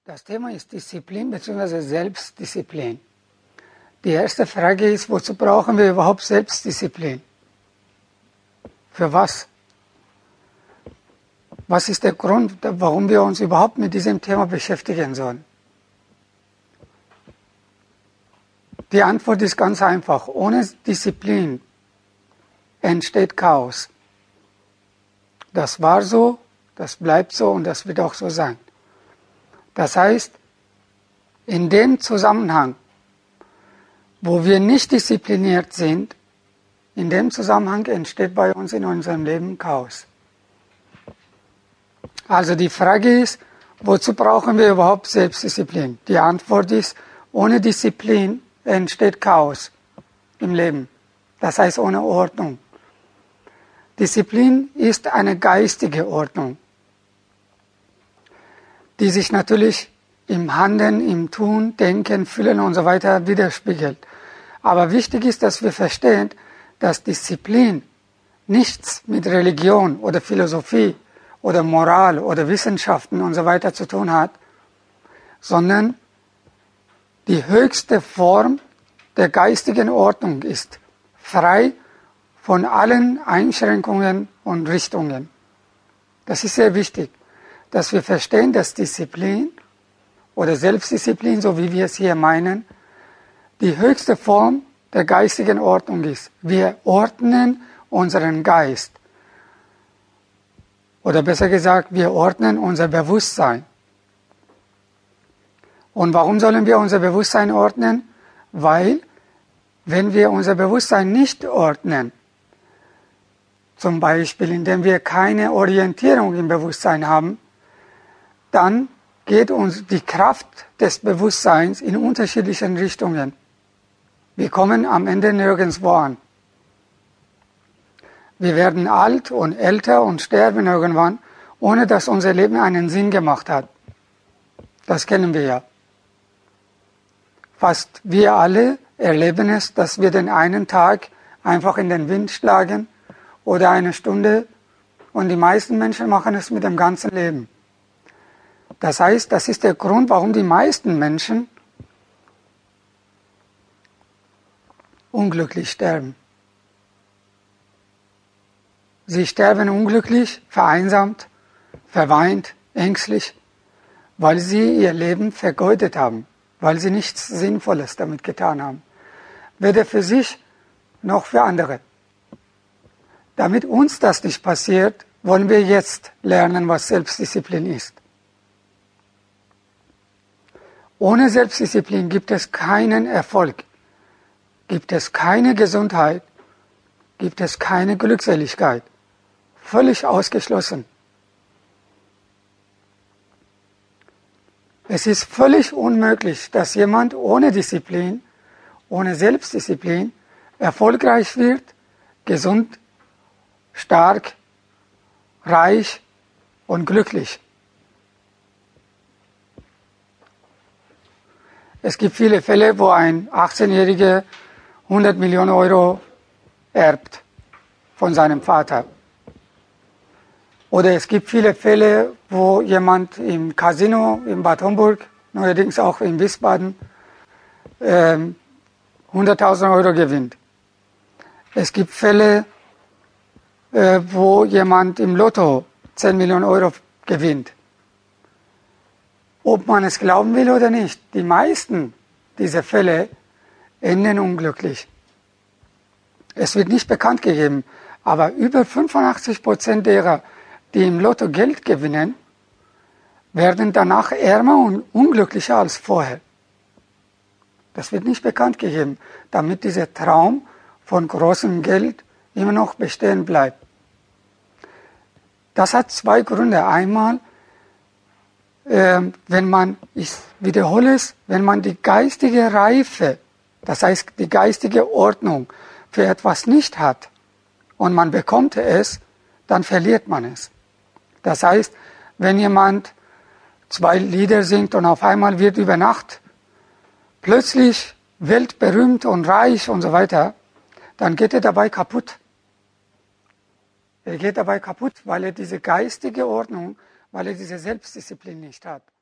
Das Thema ist Disziplin bzw. Selbstdisziplin. Die erste Frage ist, wozu brauchen wir überhaupt Selbstdisziplin? Für was? Was ist der Grund, warum wir uns überhaupt mit diesem Thema beschäftigen sollen? Die Antwort ist ganz einfach. Ohne Disziplin entsteht Chaos. Das war so, das bleibt so und das wird auch so sein. Das heißt, in dem Zusammenhang, wo wir nicht diszipliniert sind, in dem Zusammenhang entsteht bei uns in unserem Leben Chaos. Also die Frage ist, wozu brauchen wir überhaupt Selbstdisziplin? Die Antwort ist, ohne Disziplin entsteht Chaos im Leben. Das heißt ohne Ordnung. Disziplin ist eine geistige Ordnung, die sich natürlich im Handeln, im Tun, Denken, Fühlen und so weiter widerspiegelt. Aber wichtig ist, dass wir verstehen, dass Disziplin nichts mit Religion oder Philosophie oder Moral oder Wissenschaften und so weiter zu tun hat, sondern die höchste Form der geistigen Ordnung ist, frei von allen Einschränkungen und Richtungen. Das ist sehr wichtig, dass wir verstehen, dass Disziplin oder Selbstdisziplin, so wie wir es hier meinen, die höchste Form der geistigen Ordnung ist. Wir ordnen unseren Geist. Oder besser gesagt, wir ordnen unser Bewusstsein. Und warum sollen wir unser Bewusstsein ordnen? Weil, wenn wir unser Bewusstsein nicht ordnen, zum Beispiel indem wir keine Orientierung im Bewusstsein haben, dann geht uns die Kraft des Bewusstseins in unterschiedlichen Richtungen. Wir kommen am Ende nirgendwo an. Wir werden alt und älter und sterben irgendwann, ohne dass unser Leben einen Sinn gemacht hat. Das kennen wir ja. Fast wir alle erleben es, dass wir den einen Tag einfach in den Wind schlagen oder eine Stunde, und die meisten Menschen machen es mit dem ganzen Leben. Das heißt, das ist der Grund, warum die meisten Menschen unglücklich sterben. Sie sterben unglücklich, vereinsamt, verweint, ängstlich, weil sie ihr Leben vergeudet haben, weil sie nichts Sinnvolles damit getan haben, weder für sich noch für andere. Damit uns das nicht passiert, wollen wir jetzt lernen, was Selbstdisziplin ist. Ohne Selbstdisziplin gibt es keinen Erfolg, gibt es keine Gesundheit, gibt es keine Glückseligkeit. Völlig ausgeschlossen. Es ist völlig unmöglich, dass jemand ohne Disziplin, ohne Selbstdisziplin erfolgreich wird, gesund, stark, reich und glücklich. Es gibt viele Fälle, wo ein 18-Jähriger 100 Millionen Euro erbt von seinem Vater. Oder es gibt viele Fälle, wo jemand im Casino in Bad Homburg, neuerdings auch in Wiesbaden, 100.000 Euro gewinnt. Es gibt Fälle, wo jemand im Lotto 10 Millionen Euro gewinnt. Ob man es glauben will oder nicht, die meisten dieser Fälle enden unglücklich. Es wird nicht bekannt gegeben, aber über 85% derer, die im Lotto Geld gewinnen, werden danach ärmer und unglücklicher als vorher. Das wird nicht bekannt gegeben, damit dieser Traum von großem Geld immer noch bestehen bleibt. Das hat zwei Gründe. Einmal, wenn man, ich wiederhole es, wenn man die geistige Reife, das heißt die geistige Ordnung für etwas nicht hat und man bekommt es, dann verliert man es. Das heißt, wenn jemand 2 Lieder singt und auf einmal wird über Nacht plötzlich weltberühmt und reich und so weiter, dann geht er dabei kaputt. Er geht dabei kaputt, weil er diese geistige Ordnung, weil er diese Selbstdisziplin nicht hat.